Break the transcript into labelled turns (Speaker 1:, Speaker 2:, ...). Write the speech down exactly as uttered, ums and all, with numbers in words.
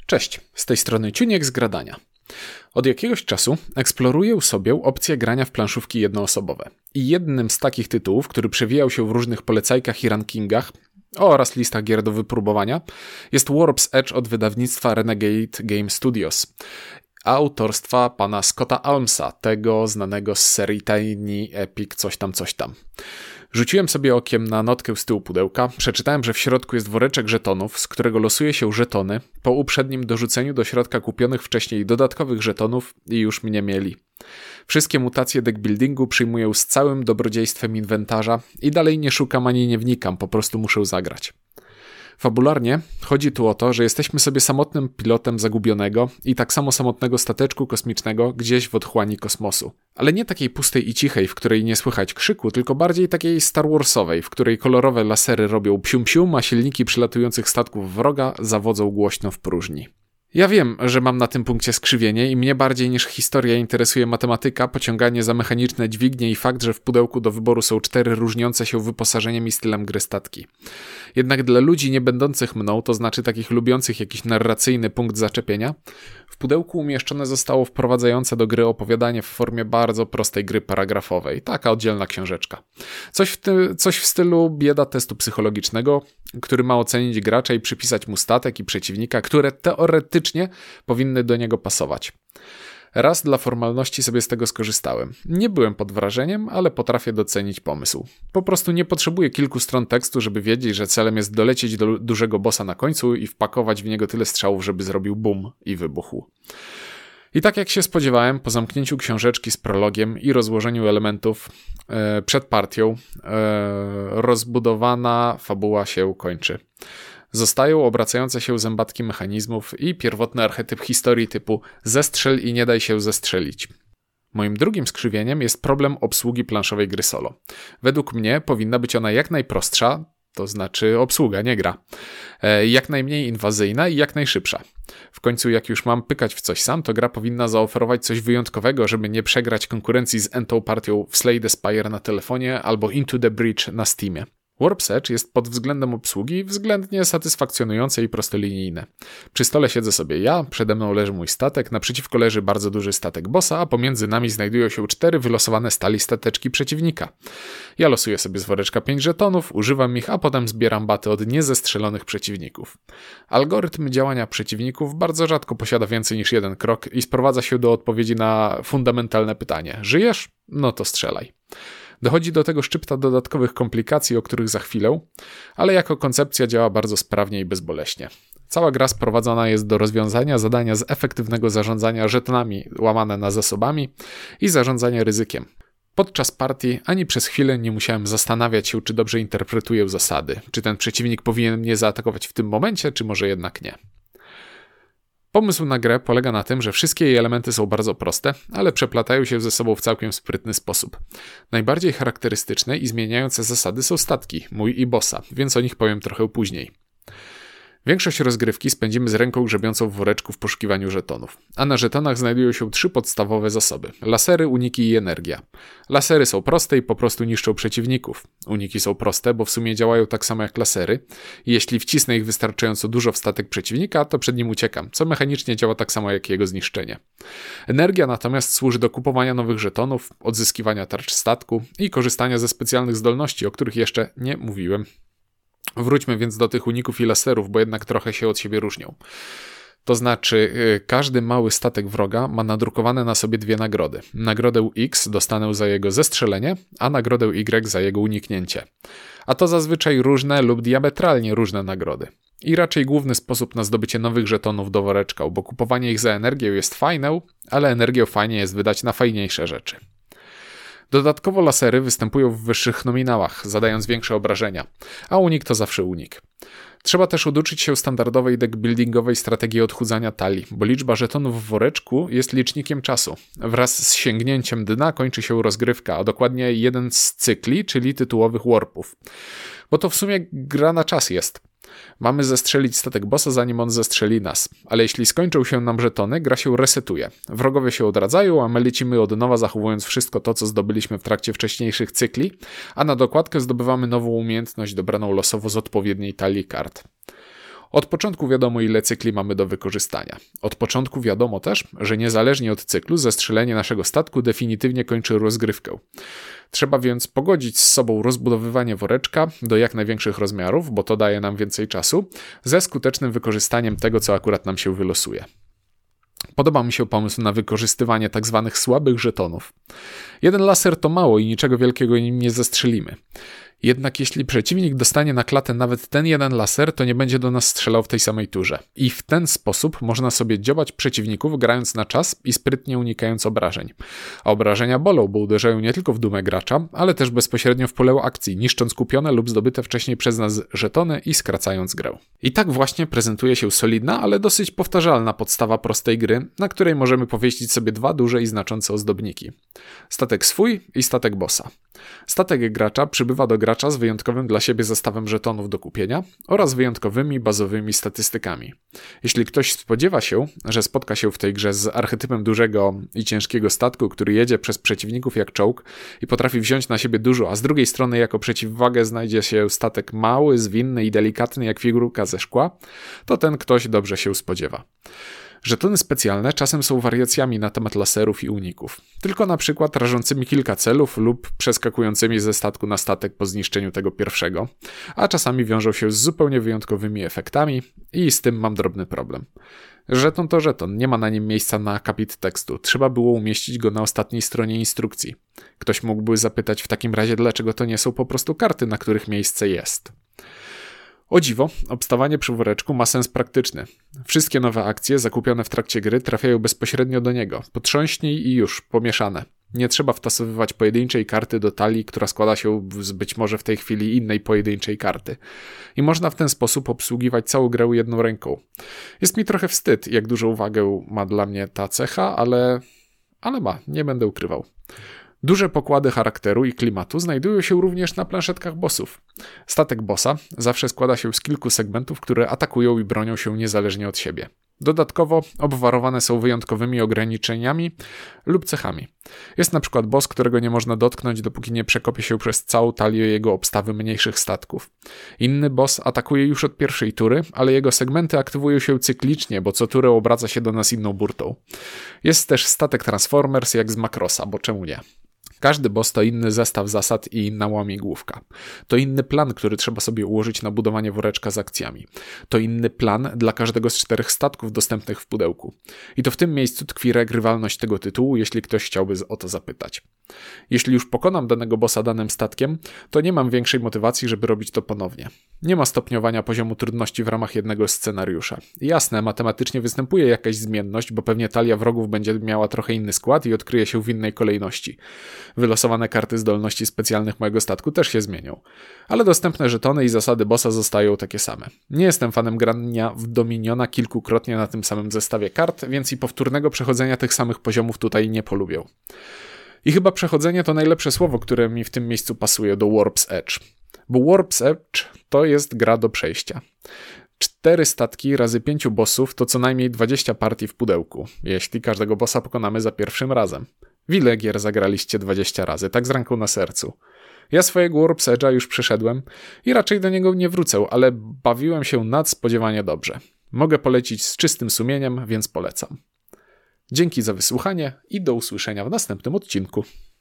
Speaker 1: Cześć, z tej strony Ciuniek z Gradania. Od jakiegoś czasu eksploruję sobie opcję grania w planszówki jednoosobowe. I jednym z takich tytułów, który przewijał się w różnych polecajkach i rankingach oraz listach gier do wypróbowania, jest Warp's Edge od wydawnictwa Renegade Game Studios, autorstwa pana Scotta Almsa, tego znanego z serii Tiny Epic coś tam, coś tam. Rzuciłem sobie okiem na notkę z tyłu pudełka, przeczytałem, że w środku jest woreczek żetonów, z którego losuje się żetony, po uprzednim dorzuceniu do środka kupionych wcześniej dodatkowych żetonów i już mnie mieli. Wszystkie mutacje deckbuildingu przyjmuję z całym dobrodziejstwem inwentarza i dalej nie szukam ani nie wnikam, po prostu muszę zagrać. Fabularnie chodzi tu o to, że jesteśmy sobie samotnym pilotem zagubionego i tak samo samotnego stateczku kosmicznego gdzieś w otchłani kosmosu. Ale nie takiej pustej i cichej, w której nie słychać krzyku, tylko bardziej takiej Star Warsowej, w której kolorowe lasery robią psium-psium, a silniki przylatujących statków wroga zawodzą głośno w próżni. Ja wiem, że mam na tym punkcie skrzywienie i mnie bardziej niż historia interesuje matematyka, pociąganie za mechaniczne dźwignie i fakt, że w pudełku do wyboru są cztery różniące się wyposażeniem i stylem gry statki. Jednak dla ludzi nie będących mną, to znaczy takich lubiących jakiś narracyjny punkt zaczepienia, w pudełku umieszczone zostało wprowadzające do gry opowiadanie w formie bardzo prostej gry paragrafowej, taka oddzielna książeczka. Coś w, ty- coś w stylu bieda testu psychologicznego, który ma ocenić gracza i przypisać mu statek i przeciwnika, które teoretycznie powinny do niego pasować. Raz dla formalności sobie z tego skorzystałem. Nie byłem pod wrażeniem, ale potrafię docenić pomysł. Po prostu nie potrzebuję kilku stron tekstu, żeby wiedzieć, że celem jest dolecieć do dużego bossa na końcu i wpakować w niego tyle strzałów, żeby zrobił bum i wybuchł. I tak jak się spodziewałem, po zamknięciu książeczki z prologiem i rozłożeniu elementów e, przed partią, e, rozbudowana fabuła się kończy. Zostają obracające się zębatki mechanizmów i pierwotny archetyp historii typu zestrzel i nie daj się zestrzelić. Moim drugim skrzywieniem jest problem obsługi planszowej gry solo. Według mnie powinna być ona jak najprostsza, to znaczy obsługa, nie gra, jak najmniej inwazyjna i jak najszybsza. W końcu jak już mam pykać w coś sam, to gra powinna zaoferować coś wyjątkowego, żeby nie przegrać konkurencji z entą partią w Slay the Spire na telefonie albo Into the Breach na Steamie. Warp's Edge jest pod względem obsługi względnie satysfakcjonujące i prostolinijne. Przy stole siedzę sobie ja, przede mną leży mój statek, naprzeciwko leży bardzo duży statek bossa, a pomiędzy nami znajdują się cztery wylosowane stali stateczki przeciwnika. Ja losuję sobie z woreczka pięć żetonów, używam ich, a potem zbieram baty od niezestrzelonych przeciwników. Algorytm działania przeciwników bardzo rzadko posiada więcej niż jeden krok i sprowadza się do odpowiedzi na fundamentalne pytanie: żyjesz? No to strzelaj. Dochodzi do tego szczypta dodatkowych komplikacji, o których za chwilę, ale jako koncepcja działa bardzo sprawnie i bezboleśnie. Cała gra sprowadzona jest do rozwiązania zadania z efektywnego zarządzania żetonami łamane na zasobami i zarządzania ryzykiem. Podczas partii ani przez chwilę nie musiałem zastanawiać się, czy dobrze interpretuję zasady, czy ten przeciwnik powinien mnie zaatakować w tym momencie, czy może jednak nie. Pomysł na grę polega na tym, że wszystkie jej elementy są bardzo proste, ale przeplatają się ze sobą w całkiem sprytny sposób. Najbardziej charakterystyczne i zmieniające zasady są statki, mój i bossa, więc o nich powiem trochę później. Większość rozgrywki spędzimy z ręką grzebiącą w woreczku w poszukiwaniu żetonów, a na żetonach znajdują się trzy podstawowe zasoby: lasery, uniki i energia. Lasery są proste i po prostu niszczą przeciwników. Uniki są proste, bo w sumie działają tak samo jak lasery i jeśli wcisnę ich wystarczająco dużo w statek przeciwnika, to przed nim uciekam, co mechanicznie działa tak samo jak jego zniszczenie. Energia natomiast służy do kupowania nowych żetonów, odzyskiwania tarcz statku i korzystania ze specjalnych zdolności, o których jeszcze nie mówiłem. Wróćmy więc do tych uników i laserów, bo jednak trochę się od siebie różnią. To znaczy, yy, każdy mały statek wroga ma nadrukowane na sobie dwie nagrody. Nagrodę X dostanę za jego zestrzelenie, a nagrodę Y za jego uniknięcie. A to zazwyczaj różne lub diametralnie różne nagrody. I raczej główny sposób na zdobycie nowych żetonów do woreczka, bo kupowanie ich za energię jest fajne, ale energię fajnie jest wydać na fajniejsze rzeczy. Dodatkowo lasery występują w wyższych nominałach, zadając większe obrażenia, a unik to zawsze unik. Trzeba też oduczyć się standardowej deckbuildingowej strategii odchudzania talii, bo liczba żetonów w woreczku jest licznikiem czasu. Wraz z sięgnięciem dna kończy się rozgrywka, a dokładnie jeden z cykli, czyli tytułowych warpów. Bo to w sumie gra na czas jest. Mamy zestrzelić statek bossa, zanim on zestrzeli nas. Ale jeśli skończą się nam żetony, gra się resetuje. Wrogowie się odradzają, a my lecimy od nowa, zachowując wszystko to, co zdobyliśmy w trakcie wcześniejszych cykli, a na dokładkę zdobywamy nową umiejętność dobraną losowo z odpowiedniej talii kart. Od początku wiadomo, ile cykli mamy do wykorzystania. Od początku wiadomo też, że niezależnie od cyklu zestrzelenie naszego statku definitywnie kończy rozgrywkę. Trzeba więc pogodzić z sobą rozbudowywanie woreczka do jak największych rozmiarów, bo to daje nam więcej czasu, ze skutecznym wykorzystaniem tego, co akurat nam się wylosuje. Podoba mi się pomysł na wykorzystywanie tak zwanych słabych żetonów. Jeden laser to mało i niczego wielkiego nim nie zestrzelimy. Jednak jeśli przeciwnik dostanie na klatę nawet ten jeden laser, to nie będzie do nas strzelał w tej samej turze. I w ten sposób można sobie dziobać przeciwników, grając na czas i sprytnie unikając obrażeń. A obrażenia bolą, bo uderzają nie tylko w dumę gracza, ale też bezpośrednio w pole akcji, niszcząc kupione lub zdobyte wcześniej przez nas żetony i skracając grę. I tak właśnie prezentuje się solidna, ale dosyć powtarzalna podstawa prostej gry, na której możemy powieścić sobie dwa duże i znaczące ozdobniki. Statek swój i statek bossa. Statek gracza przybywa do gracza z wyjątkowym dla siebie zestawem żetonów do kupienia oraz wyjątkowymi bazowymi statystykami. Jeśli ktoś spodziewa się, że spotka się w tej grze z archetypem dużego i ciężkiego statku, który jedzie przez przeciwników jak czołg i potrafi wziąć na siebie dużo, a z drugiej strony jako przeciwwagę znajdzie się statek mały, zwinny i delikatny jak figurka ze szkła, to ten ktoś dobrze się spodziewa. Żetony specjalne czasem są wariacjami na temat laserów i uników, tylko na przykład rażącymi kilka celów lub przeskakującymi ze statku na statek po zniszczeniu tego pierwszego, a czasami wiążą się z zupełnie wyjątkowymi efektami i z tym mam drobny problem. Żeton to żeton, nie ma na nim miejsca na akapit tekstu, trzeba było umieścić go na ostatniej stronie instrukcji. Ktoś mógłby zapytać w takim razie, dlaczego to nie są po prostu karty, na których miejsce jest. O dziwo, obstawanie przy woreczku ma sens praktyczny. Wszystkie nowe akcje zakupione w trakcie gry trafiają bezpośrednio do niego. Potrząśnij i już, pomieszane. Nie trzeba wtasowywać pojedynczej karty do talii, która składa się z być może w tej chwili innej pojedynczej karty. I można w ten sposób obsługiwać całą grę jedną ręką. Jest mi trochę wstyd, jak dużą uwagę ma dla mnie ta cecha, ale... ale ma, nie będę ukrywał. Duże pokłady charakteru i klimatu znajdują się również na planszetkach bossów. Statek bossa zawsze składa się z kilku segmentów, które atakują i bronią się niezależnie od siebie. Dodatkowo obwarowane są wyjątkowymi ograniczeniami lub cechami. Jest na przykład boss, którego nie można dotknąć, dopóki nie przekopie się przez całą talię jego obstawy mniejszych statków. Inny boss atakuje już od pierwszej tury, ale jego segmenty aktywują się cyklicznie, bo co turę obraca się do nas inną burtą. Jest też statek Transformers jak z Macrossa, bo czemu nie? Każdy boss to inny zestaw zasad i inna łamigłówka. To inny plan, który trzeba sobie ułożyć na budowanie woreczka z akcjami. To inny plan dla każdego z czterech statków dostępnych w pudełku. I to w tym miejscu tkwi regrywalność tego tytułu, jeśli ktoś chciałby o to zapytać. Jeśli już pokonam danego bossa danym statkiem, to nie mam większej motywacji, żeby robić to ponownie. Nie ma stopniowania poziomu trudności w ramach jednego scenariusza. Jasne, matematycznie występuje jakaś zmienność, bo pewnie talia wrogów będzie miała trochę inny skład i odkryje się w innej kolejności. Wylosowane karty zdolności specjalnych mojego statku też się zmienią. Ale dostępne żetony i zasady bossa zostają takie same. Nie jestem fanem grania w Dominiona kilkukrotnie na tym samym zestawie kart, więc i powtórnego przechodzenia tych samych poziomów tutaj nie polubię. I chyba przechodzenie to najlepsze słowo, które mi w tym miejscu pasuje do Warp's Edge. Bo Warp's Edge to jest gra do przejścia. Cztery statki razy pięciu bossów to co najmniej dwadzieścia partii w pudełku, jeśli każdego bossa pokonamy za pierwszym razem. W ile gier zagraliście dwadzieścia razy, tak z ręką na sercu? Ja swojego Warp's Edge'a już przeszedłem i raczej do niego nie wrócę, ale bawiłem się nadspodziewanie dobrze. Mogę polecić z czystym sumieniem, więc polecam. Dzięki za wysłuchanie i do usłyszenia w następnym odcinku.